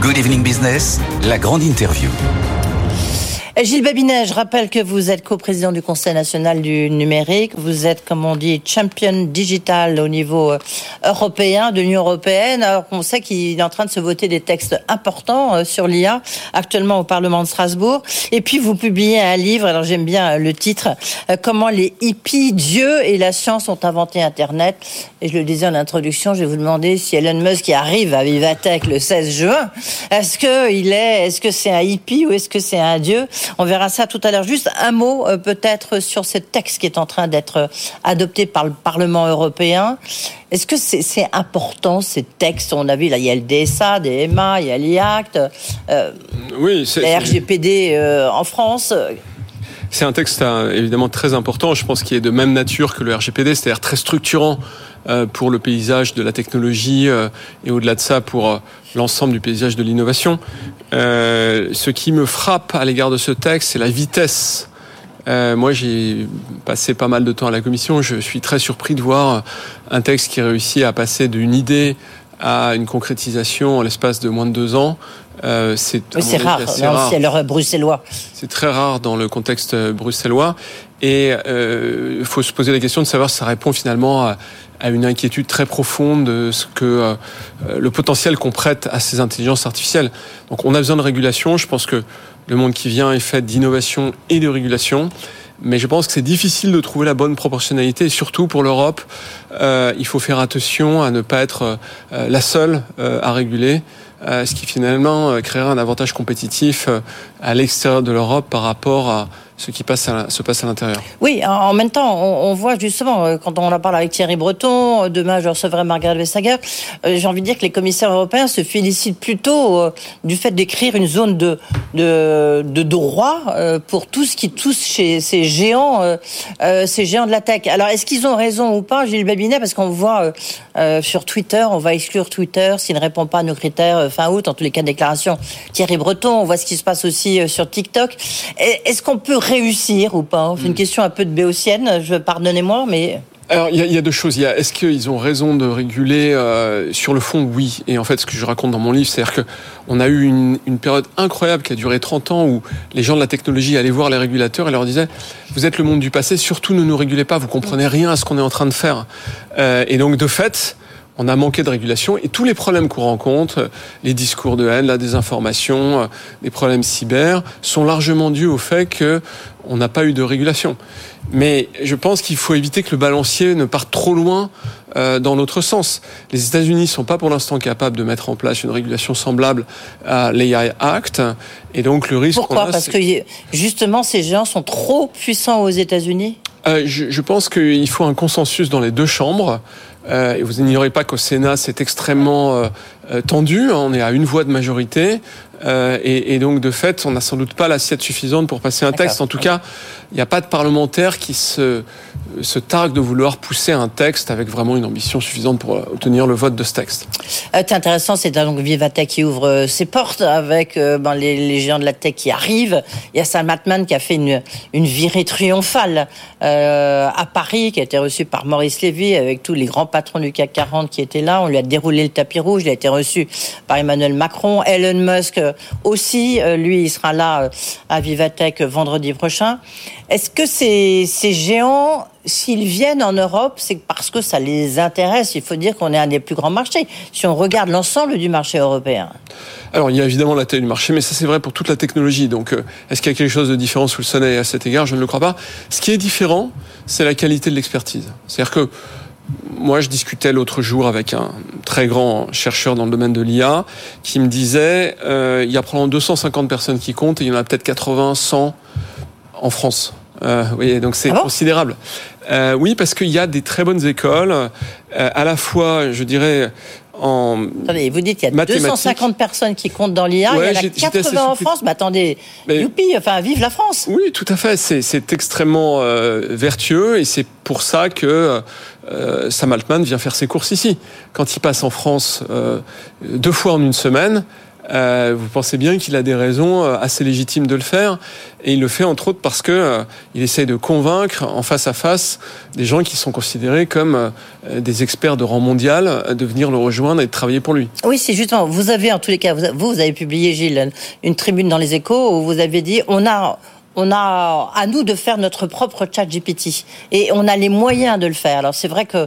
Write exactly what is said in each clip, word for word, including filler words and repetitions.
Good Evening Business, la grande interview. Gilles Babinet, je rappelle que vous êtes coprésident du Conseil national du numérique. Vous êtes, comme on dit, champion digital au niveau européen, de l'Union européenne. Alors qu'on sait qu'il est en train de se voter des textes importants sur l'I A, actuellement au Parlement de Strasbourg. Et puis, vous publiez un livre, alors j'aime bien le titre, « Comment les hippies, Dieu et la science ont inventé Internet ». Et je le disais en introduction, je vais vous demander si Elon Musk qui arrive à Vivatech le seize juin, est-ce que il est, est-ce que c'est un hippie ou est-ce que c'est un dieu? On verra ça tout à l'heure. Juste un mot euh, peut-être sur ce texte qui est en train d'être adopté par le Parlement européen. Est-ce que c'est, c'est important ces textes? On a vu là, il y a le D S A, D M A, il y a l'I A C T, euh, oui, c'est, la R G P D euh, en France. C'est un texte euh, évidemment très important. Je pense qu'il est de même nature que le R G P D, c'est-à-dire très structurant euh, pour le paysage de la technologie euh, et au-delà de ça pour euh, l'ensemble du paysage de l'innovation. Euh, ce qui me frappe à l'égard de ce texte, c'est la vitesse. Euh, moi, j'ai passé pas mal de temps à la commission. Je suis très surpris de voir un texte qui réussit à passer d'une idée à une concrétisation en l'espace de moins de deux ans. Euh, c'est oui, c'est rare, c'est non, rare. C'est leur bruxellois. C'est très rare dans le contexte bruxellois. Et il euh, faut se poser la question de savoir si ça répond finalement à, à une inquiétude très profonde de ce que euh, le potentiel qu'on prête à ces intelligences artificielles. Donc on a besoin de régulation. Je pense que le monde qui vient est fait d'innovation et de régulation. Mais je pense que c'est difficile de trouver la bonne proportionnalité. Et surtout pour l'Europe, euh, il faut faire attention à ne pas être euh, la seule euh, à réguler. Euh, ce qui finalement euh, créera un avantage compétitif euh, à l'extérieur de l'Europe par rapport à ce qui passe à, se passe à l'intérieur. Oui, en même temps, on, on voit justement, quand on en parle avec Thierry Breton, demain je recevrai Margrethe Vestager, euh, j'ai envie de dire que les commissaires européens se félicitent plutôt euh, du fait d'écrire une zone de, de, de droit euh, pour tout ce qui touche chez ces géants, euh, euh, ces géants de la tech. Alors, est-ce qu'ils ont raison ou pas, Gilles Babinet? Parce qu'on voit euh, euh, sur Twitter, on va exclure Twitter s'il ne répond pas à nos critères euh, fin août, en tous les cas de déclaration. Thierry Breton, on voit ce qui se passe aussi euh, sur TikTok. Est-ce qu'on peut réussir ou pas? C'est une question un peu de béotienne, je pardonnez-moi, mais... Alors, il y, y a deux choses. Il y a, est-ce qu'ils ont raison de réguler euh, sur le fond? Oui. Et en fait, ce que je raconte dans mon livre, c'est-à-dire que on a eu une, une période incroyable qui a duré trente ans où les gens de la technologie allaient voir les régulateurs et leur disaient « Vous êtes le monde du passé, surtout ne nous régulez pas, vous comprenez rien à ce qu'on est en train de faire. Euh, » Et donc, de fait... on a manqué de régulation et tous les problèmes qu'on rencontre, les discours de haine, la désinformation, les problèmes cyber, sont largement dus au fait qu'on n'a pas eu de régulation. Mais je pense qu'il faut éviter que le balancier ne parte trop loin euh, dans l'autre sens. Les États-Unis ne sont pas pour l'instant capables de mettre en place une régulation semblable à l'A I Act. Et donc le risque... Pourquoi? qu'on a, Parce c'est... que justement ces géants sont trop puissants aux États-Unis? euh, je, je pense qu'il faut un consensus dans les deux chambres. Euh, et vous n'ignorez pas qu'au Sénat, c'est extrêmement euh, tendu. On est à une voix de majorité. Euh, et, et donc, de fait, on n'a sans doute pas l'assiette suffisante pour passer un texte. En tout cas, il n'y a pas de parlementaire qui se, se targue de vouloir pousser un texte avec vraiment une ambition suffisante pour obtenir le vote de ce texte. Euh, c'est intéressant, c'est donc Vivatech qui ouvre euh, ses portes avec euh, ben, les, les géants de la tech qui arrivent. Il y a Sam Altman qui a fait une, une virée triomphale euh, à Paris, qui a été reçu par Maurice Lévy avec tous les grands patrons du C A C quarante qui étaient là. On lui a déroulé le tapis rouge. Il a été reçu par Emmanuel Macron. Elon Musk aussi, lui, il sera là à Vivatech vendredi prochain. Est-ce que ces, ces géants, s'ils viennent en Europe, c'est parce que ça les intéresse? Il faut dire qu'on est un des plus grands marchés, si on regarde l'ensemble du marché européen. Alors, il y a évidemment la taille du marché, mais ça, c'est vrai pour toute la technologie. Donc, euh, est-ce qu'il y a quelque chose de différent sous le soleil à cet égard? Je ne le crois pas. Ce qui est différent, c'est la qualité de l'expertise. C'est-à-dire que moi, je discutais l'autre jour avec un très grand chercheur dans le domaine de l'I A qui me disait euh, il y a probablement deux cent cinquante personnes qui comptent et il y en a peut-être quatre-vingts, cent en France. Euh, oui, donc c'est ah bon considérable. Euh, oui, parce qu'il y a des très bonnes écoles, euh, à la fois, je dirais, en attendez, vous dites qu'il y a deux cent cinquante personnes qui comptent dans l'I A, ouais, il y en a quatre-vingts en France. Mais attendez, mais, youpi, enfin, vive la France. Oui, tout à fait. C'est, c'est extrêmement euh, vertueux et c'est pour ça que euh, Sam Altman vient faire ses courses ici. Quand il passe en France euh, deux fois en une semaine, euh, vous pensez bien qu'il a des raisons assez légitimes de le faire. Et il le fait entre autres parce que euh, il essaye de convaincre en face à face des gens qui sont considérés comme euh, des experts de rang mondial euh, de venir le rejoindre et de travailler pour lui. Oui, c'est justement. Vous avez en tous les cas, vous, vous avez publié, Gilles, une tribune dans les Échos où vous avez dit on a. On a à nous de faire notre propre ChatGPT et on a les moyens de le faire. Alors c'est vrai que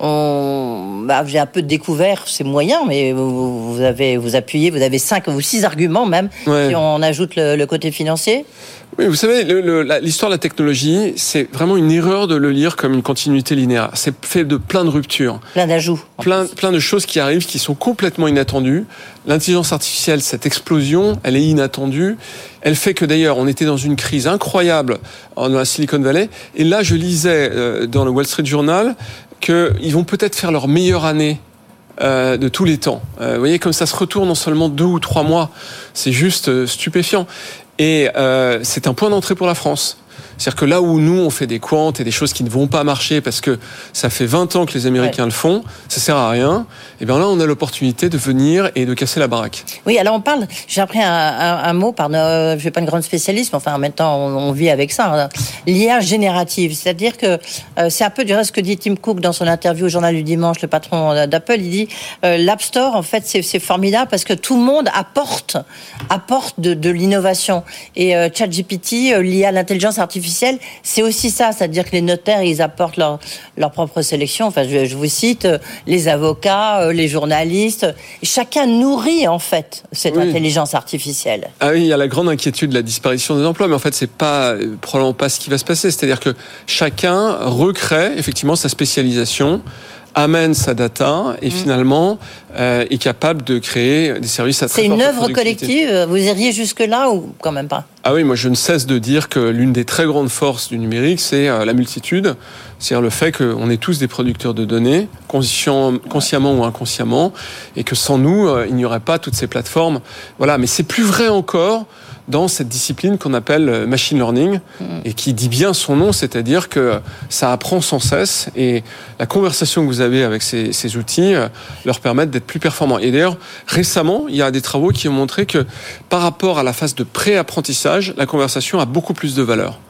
on, bah, j'ai un peu découvert ces moyens, mais vous, vous avez vous appuyez, vous avez cinq ou six arguments même. Ouais. Si on ajoute le, le côté financier. Oui, vous savez, le, le, la, l'histoire de la technologie, c'est vraiment une erreur de le lire comme une continuité linéaire. C'est fait de plein de ruptures, plein d'ajouts, plein, plein de choses qui arrivent qui sont complètement inattendues. L'intelligence artificielle, cette explosion, elle est inattendue. Elle fait que d'ailleurs, on était dans une crise incroyable dans la Silicon Valley. Et là, je lisais euh, dans le Wall Street Journal qu'ils vont peut-être faire leur meilleure année euh, de tous les temps. Euh, vous voyez, comme ça se retourne en seulement deux ou trois mois. C'est juste euh, stupéfiant. Et euh, c'est un point d'entrée pour la France. C'est-à-dire que là où nous, on fait des quants et des choses qui ne vont pas marcher parce que ça fait vingt ans que les Américains ouais. le font, ça sert à rien, et bien là, on a l'opportunité de venir et de casser la baraque. Oui, alors on parle, j'ai appris un, un, un mot par, euh, je ne suis pas une grande spécialiste, mais enfin, en même temps, on, on vit avec ça, hein, l'I A générative. C'est-à-dire que euh, c'est un peu du reste ce que dit Tim Cook dans son interview au Journal du Dimanche, le patron d'Apple. Il dit euh, l'App Store, en fait, c'est, c'est formidable parce que tout le monde apporte, apporte de, de l'innovation. Et euh, ChatGPT, euh, l'I A, l'intelligence artificielle, c'est aussi ça, c'est-à-dire que les notaires, ils apportent leur, leur propre sélection. Enfin, je, je vous cite, les avocats, les journalistes. Chacun nourrit, en fait, cette oui. intelligence artificielle. Ah oui, il y a la grande inquiétude de la disparition des emplois, mais en fait, c'est pas, probablement pas ce qui va se passer. C'est-à-dire que chacun recrée, effectivement, sa spécialisation, amène sa data et mmh. finalement euh, est capable de créer des services à très forte productivité. C'est une œuvre collective. Vous iriez jusque-là ou quand même pas ? Ah oui, moi je ne cesse de dire que l'une des très grandes forces du numérique, c'est euh, la multitude. C'est-à-dire le fait qu'on est tous des producteurs de données, conscient, consciemment ou inconsciemment, et que sans nous, euh, il n'y aurait pas toutes ces plateformes. Voilà, mais c'est plus vrai encore dans cette discipline qu'on appelle machine learning et qui dit bien son nom, c'est-à-dire que ça apprend sans cesse et la conversation que vous avez avec ces, ces outils leur permettent d'être plus performants. Et d'ailleurs, récemment, il y a des travaux qui ont montré que par rapport à la phase de pré-apprentissage, la conversation a beaucoup plus de valeur.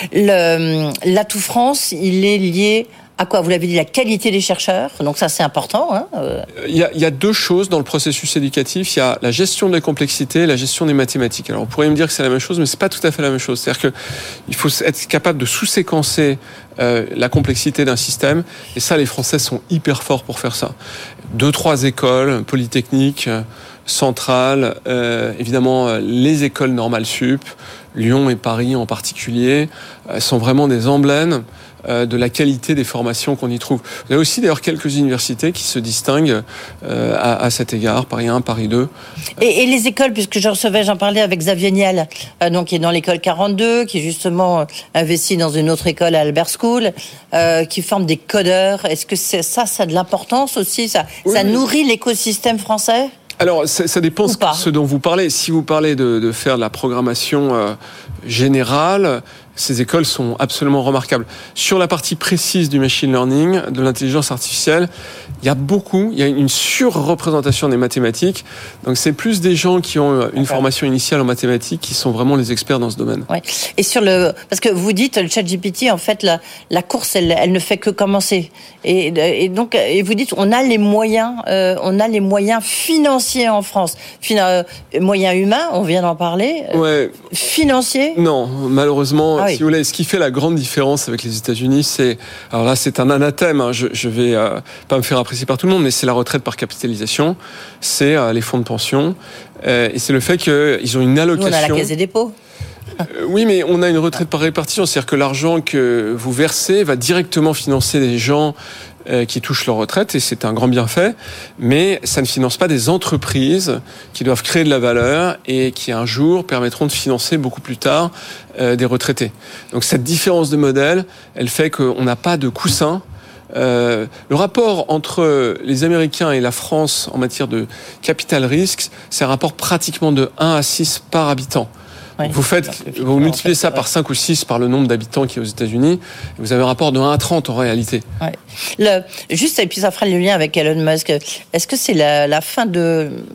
Le, l'atout France, il est lié à quoi ? Vous l'avez dit, la qualité des chercheurs, donc ça c'est important. Hein euh... il, y a, il y a deux choses dans le processus éducatif, il y a la gestion de la complexité et la gestion des mathématiques. Alors on pourrait me dire que c'est la même chose, mais c'est pas tout à fait la même chose. C'est-à-dire qu'il faut être capable de sous-séquencer euh, la complexité d'un système, et ça les Français sont hyper forts pour faire ça. Deux, trois écoles, Polytechnique, Centrale, euh, évidemment les écoles normales sup, Lyon et Paris en particulier, euh, sont vraiment des emblèmes de la qualité des formations qu'on y trouve. Il y a aussi d'ailleurs quelques universités qui se distinguent euh, à, à cet égard, Paris un, Paris deux. Et, et les écoles, puisque je recevais, j'en parlais avec Xavier Niel, euh, donc qui est dans l'école quarante-deux, qui est justement euh, investi dans une autre école à Albert School, euh, qui forme des codeurs. Est-ce que c'est, ça, ça a de l'importance aussi ? Ça, oui, ça nourrit l'écosystème français ? Alors, ça, ça dépend de ce dont vous parlez. Si vous parlez de, de faire de la programmation euh, générale, ces écoles sont absolument remarquables. Sur la partie précise du machine learning, de l'intelligence artificielle, il y a beaucoup, il y a une surreprésentation des mathématiques. Donc c'est plus des gens qui ont une okay. formation initiale en mathématiques qui sont vraiment les experts dans ce domaine. Ouais. Et sur le, parce que vous dites le ChatGPT, en fait, la, la course, elle, elle ne fait que commencer. Et, et donc, et vous dites, on a les moyens, euh, on a les moyens financiers en France, Fina, euh, moyens humains, on vient d'en parler. Euh, ouais. Financiers. Non, malheureusement. Ah, oui. Si vous voulez, ce qui fait la grande différence avec les États-Unis, c'est, alors là, c'est un anathème. Hein, je, je vais euh, pas me faire apprécier par tout le monde, mais c'est la retraite par capitalisation, c'est euh, les fonds de pension, euh, et c'est le fait qu'ils ont une allocation. Nous, on a la Caisse des dépôts. Euh, oui, mais on a une retraite par répartition, c'est-à-dire que l'argent que vous versez va directement financer des gens euh, qui touchent leur retraite, et c'est un grand bienfait, mais ça ne finance pas des entreprises qui doivent créer de la valeur et qui un jour permettront de financer beaucoup plus tard euh, des retraités. Donc cette différence de modèle, elle fait qu'on n'a pas de coussin. Euh, le rapport entre les Américains et la France en matière de capital risque, c'est un rapport pratiquement de un à six par habitant. Oui, vous faites, vous multipliez ça par cinq ou six par le nombre d'habitants qui est aux États-Unis, et vous avez un rapport de un à trente en réalité. Ouais. Le, juste, et puis ça fera le lien avec Elon Musk. Est-ce que c'est la, la fin de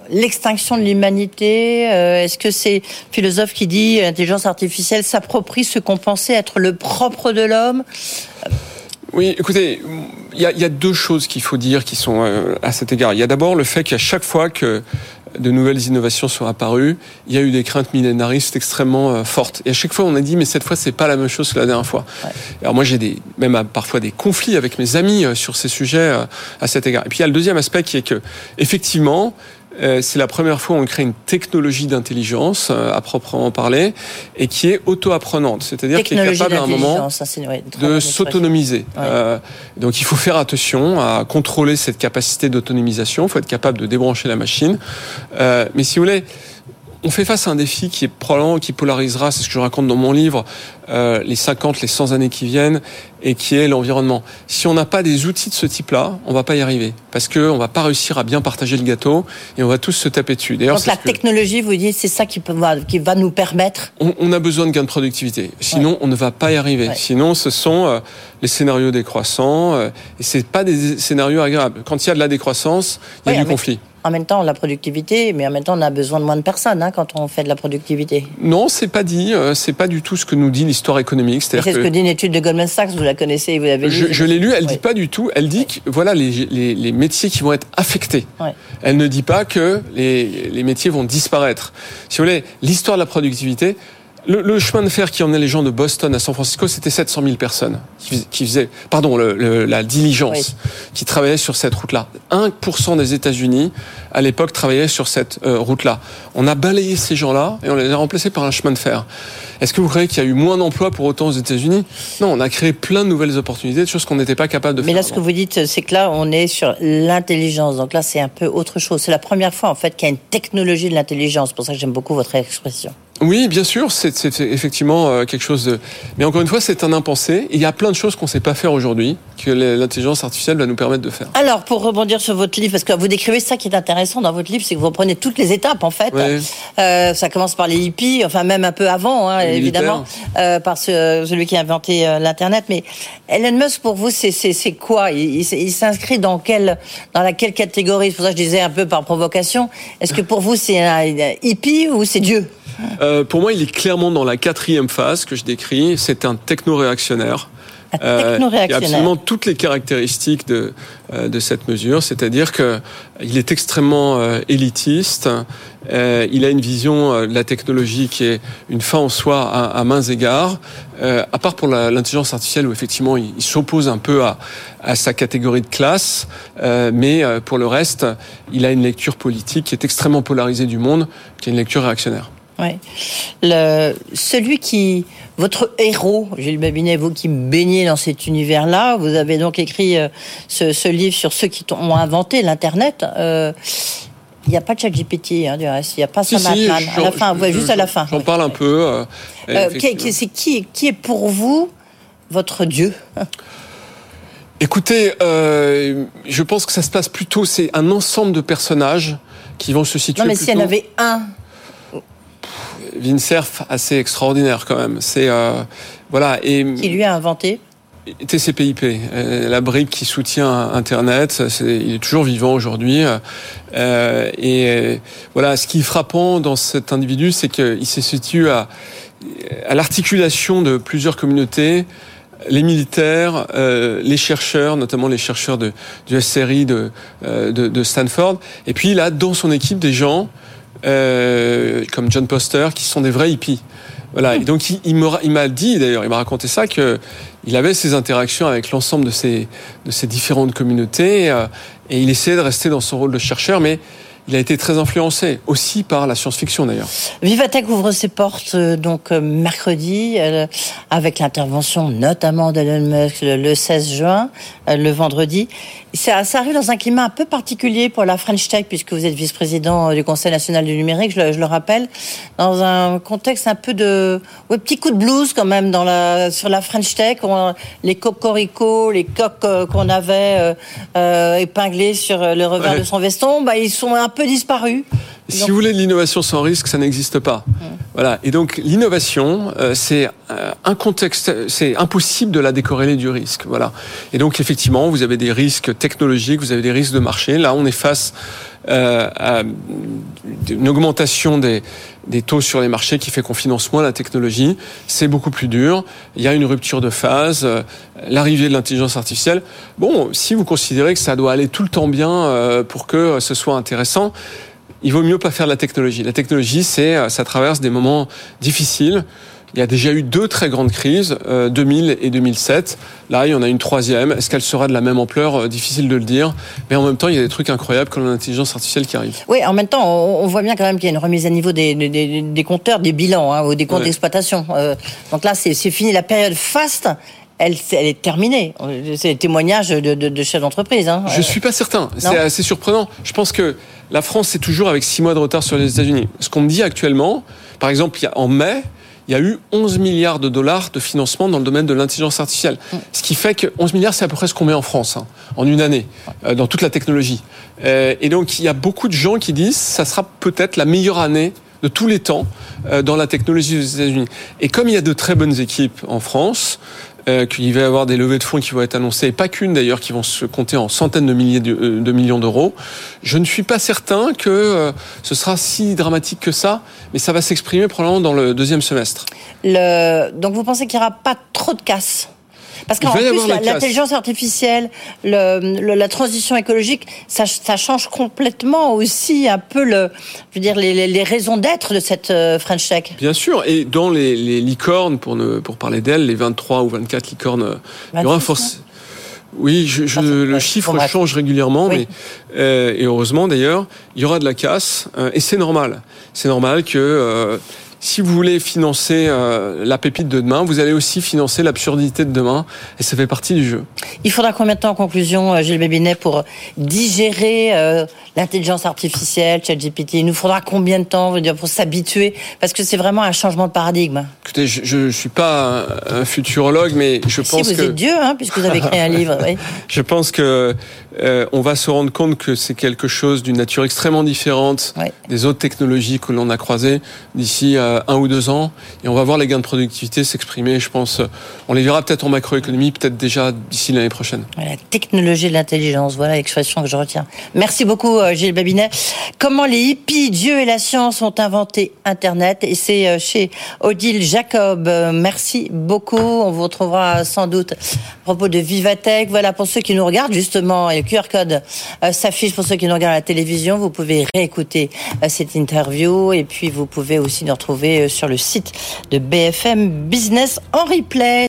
l'extinction de l'humanité. Euh, est-ce que c'est le philosophe qui dit l'intelligence artificielle s'approprie ce qu'on pensait être le propre de l'homme? Oui, écoutez, il y a, y a deux choses qu'il faut dire qui sont euh, à cet égard. Il y a d'abord le fait qu'à chaque fois que de nouvelles innovations sont apparues, il y a eu des craintes millénaristes extrêmement euh, fortes. Et à chaque fois, on a dit, mais cette fois, c'est pas la même chose que la dernière fois. Ouais. Alors moi, j'ai des, même euh, parfois des conflits avec mes amis euh, sur ces sujets euh, à cet égard. Et puis il y a le deuxième aspect qui est que, effectivement, Euh, c'est la première fois où on crée une technologie d'intelligence euh, à proprement parler et qui est auto-apprenante, c'est-à-dire qui est capable à un moment ça, c'est, ouais, de s'autonomiser. Ouais. Euh, donc il faut faire attention à contrôler cette capacité d'autonomisation, il faut être capable de débrancher la machine. Euh, mais si vous voulez, on fait face à un défi qui est probablement, qui polarisera, c'est ce que je raconte dans mon livre, euh, les cinquante, les cent années qui viennent, et qui est l'environnement. Si on n'a pas des outils de ce type-là, on va pas y arriver. Parce que on va pas réussir à bien partager le gâteau, et on va tous se taper dessus. D'ailleurs, donc la technologie, vous dites, c'est ça qui, peut, qui va nous permettre... On, on a besoin de gains de productivité. Sinon, ouais. on ne va pas y arriver. Ouais. Sinon, ce sont euh, les scénarios décroissants, euh, et c'est pas des scénarios agréables. Quand il y a de la décroissance, il y a ouais, du conflit. En même temps, la productivité, mais en même temps, on a besoin de moins de personnes hein, quand on fait de la productivité. Non, c'est pas dit. Euh, c'est pas du tout ce que nous dit l'histoire économique. C'est-à-dire c'est ce que, que dit une étude de Goldman Sachs. Vous la connaissez, vous l'avez lu. Je, je l'ai lu. Elle oui. dit pas du tout. Elle dit oui. que voilà les, les, les métiers qui vont être affectés. Oui. Elle ne dit pas que les, les métiers vont disparaître. Si vous voulez, l'histoire de la productivité. Le, le chemin de fer qui emmenait les gens de Boston à San Francisco, c'était sept cent mille personnes qui, qui faisaient, pardon, le, le, la diligence oui. qui travaillait sur cette route-là. un pour cent des États-Unis, à l'époque, travaillaient sur cette euh, route-là. On a balayé ces gens-là et on les a remplacés par un chemin de fer. Est-ce que vous croyez qu'il y a eu moins d'emplois pour autant aux États-Unis? Non, on a créé plein de nouvelles opportunités, de choses qu'on n'était pas capable de Mais faire. Mais là, ce que vous dites, c'est que là, on est sur l'intelligence. Donc là, c'est un peu autre chose. C'est la première fois, en fait, qu'il y a une technologie de l'intelligence. C'est pour ça que j'aime beaucoup votre expression. Oui, bien sûr, c'est, c'est effectivement quelque chose de... Mais encore une fois, c'est un impensé. Il y a plein de choses qu'on ne sait pas faire aujourd'hui, que l'intelligence artificielle va nous permettre de faire. Alors, pour rebondir sur votre livre, parce que vous décrivez ça qui est intéressant dans votre livre, c'est que vous prenez toutes les étapes, en fait. Ouais. Euh, ça commence par les hippies, enfin même un peu avant, hein, évidemment, euh, par ce, celui qui a inventé euh, l'Internet. Mais Elon Musk, pour vous, c'est, c'est, c'est quoi il, il, il s'inscrit dans, quelle, dans laquelle catégorie? C'est pour ça que je disais un peu par provocation. Est-ce que pour vous, c'est un, un hippie ou c'est Dieu? Euh, pour moi, il est clairement dans la quatrième phase que je décris. C'est un techno-réactionnaire. Un techno-réactionnaire. Euh, il a absolument toutes les caractéristiques de, euh, de cette mesure. C'est-à-dire qu'il est extrêmement euh, élitiste. Euh, il a une vision euh, de la technologie qui est une fin en soi à, à mains égards. Euh, à part pour la, l'intelligence artificielle où effectivement il, il s'oppose un peu à, à sa catégorie de classe. Euh, mais euh, pour le reste, il a une lecture politique qui est extrêmement polarisée du monde, qui est une lecture réactionnaire. Oui. Le, celui qui, votre héros, Gilles Babinet, vous qui baignez dans cet univers-là, vous avez donc écrit euh, ce, ce livre sur ceux qui ont inventé l'Internet. Euh, il n'y a pas de ChatGPT, hein, du reste. Il n'y a pas si, Sam si, Altman. À la fin, ouais, juste à la fin. J'en oui. parle un peu. Euh, euh, qui, qui, c'est qui, qui est pour vous votre Dieu? Écoutez, euh, je pense que ça se passe plutôt, c'est un ensemble de personnages qui vont se situer. Non, mais plutôt... s'il y en avait un. Windsurf, assez extraordinaire quand même. C'est euh, voilà et qui lui a inventé T C P I P, euh, la brique qui soutient Internet. C'est, il est toujours vivant aujourd'hui. Euh, et euh, voilà, ce qui est frappant dans cet individu, c'est qu'il se situe à à l'articulation de plusieurs communautés. Les militaires, euh, les chercheurs, notamment les chercheurs de, du S R I de, euh, de, de Stanford. Et puis il a dans son équipe des gens Euh, comme John Poster, qui sont des vrais hippies. Voilà. Et donc, il, il, me, il m'a dit, d'ailleurs, il m'a raconté ça, que il avait ces interactions avec l'ensemble de ces, de ces différentes communautés, euh, et il essayait de rester dans son rôle de chercheur, mais il a été très influencé, aussi par la science-fiction d'ailleurs. Vivatech ouvre ses portes euh, donc euh, mercredi, euh, avec l'intervention notamment d'Elon Musk le, le seize juin, euh, le vendredi. Ça, ça arrive dans un climat un peu particulier pour la French Tech, puisque vous êtes vice-président du Conseil national du numérique, je le, je le rappelle, dans un contexte un peu de ouais, petit coup de blues quand même dans la, sur la French Tech. On, les cocoricots, les coques euh, qu'on avait euh, euh, épinglés sur le revers ouais. de son veston, bah, ils sont un peu disparus. Si donc... vous voulez de l'innovation sans risque, ça n'existe pas. Mmh. Voilà. Et donc l'innovation, euh, c'est euh, un contexte, c'est impossible de la décorréler du risque. Voilà. Et donc effectivement, vous avez des risques technologiques, vous avez des risques de marché. Là, on est face euh, à une augmentation des, des taux sur les marchés qui fait qu'on finance moins la technologie. C'est beaucoup plus dur. Il y a une rupture de phase, euh, l'arrivée de l'intelligence artificielle. Bon, si vous considérez que ça doit aller tout le temps bien euh, pour que ce soit intéressant, il vaut mieux pas faire de la technologie. La technologie, c'est, ça traverse des moments difficiles. Il y a déjà eu deux très grandes crises, euh, deux mille et deux mille sept. Là, il y en a une troisième. Est-ce qu'elle sera de la même ampleur ? euh, Difficile de le dire. Mais en même temps, il y a des trucs incroyables comme l'intelligence artificielle qui arrive. Oui, en même temps, on, on voit bien quand même qu'il y a une remise à niveau des, des, des compteurs, des bilans, hein, ou des comptes ouais. d'exploitation. Euh, donc là, c'est, c'est fini. La période faste, elle, elle est terminée. C'est des témoignages de, de, de chefs d'entreprise. Hein. Je suis pas certain. Non. C'est assez surprenant. Je pense que la France, c'est toujours avec six mois de retard sur les États-Unis. Ce qu'on me dit actuellement, par exemple, il y a, en mai, il y a eu onze milliards de dollars de financement dans le domaine de l'intelligence artificielle. Mmh. Ce qui fait que onze milliards, c'est à peu près ce qu'on met en France, hein, en une année, euh, dans toute la technologie. Euh, et donc, il y a beaucoup de gens qui disent que ça sera peut-être la meilleure année de tous les temps euh, dans la technologie des États-Unis. Et comme il y a de très bonnes équipes en France, euh, qu'il va y avoir des levées de fonds qui vont être annoncées, et pas qu'une d'ailleurs, qui vont se compter en centaines de milliers de, euh, de millions d'euros, je ne suis pas certain que euh, ce sera si dramatique que ça, mais ça va s'exprimer probablement dans le deuxième semestre. Le... Donc vous pensez qu'il n'y aura pas trop de casse ? Parce qu'en plus, la, l'intelligence artificielle, le, le, la transition écologique, ça, ça change complètement aussi un peu le, je veux dire, les, les raisons d'être de cette French Tech. Bien sûr, et dans les, les licornes, pour, ne, pour parler d'elles, les vingt-trois ou vingt-quatre licornes, il y aura forcément... Oui, je, je, le ouais, chiffre change régulièrement, oui. mais euh, et heureusement d'ailleurs, il y aura de la casse, euh, et c'est normal. C'est normal que... Euh, si vous voulez financer euh, la pépite de demain, vous allez aussi financer l'absurdité de demain, et ça fait partie du jeu. Il faudra combien de temps en conclusion, Gilles Babinet, pour digérer euh, l'intelligence artificielle, ChatGPT ? Il nous faudra combien de temps pour s'habituer ? Parce que c'est vraiment un changement de paradigme. Écoutez, je ne suis pas un, un futurologue, mais je si pense que... Si, vous êtes Dieu, hein, puisque vous avez écrit un livre. Oui. Je pense que euh, on va se rendre compte que c'est quelque chose d'une nature extrêmement différente oui. des autres technologies que l'on a croisées d'ici euh, un ou deux ans, et on va voir les gains de productivité s'exprimer, je pense. On les verra peut-être en macroéconomie, peut-être déjà d'ici l'année prochaine. La technologie de l'intelligence, voilà l'expression que je retiens. Merci beaucoup, Gilles Babinet. Comment les hippies, Dieu et la science ont inventé Internet, et c'est chez Odile Jacob. Merci beaucoup. On vous retrouvera sans doute à propos de Vivatech. Voilà, pour ceux qui nous regardent, justement, le Q R code s'affiche pour ceux qui nous regardent à la télévision. Vous pouvez réécouter cette interview, et puis vous pouvez aussi nous retrouver sur le site de B F M Business en replay.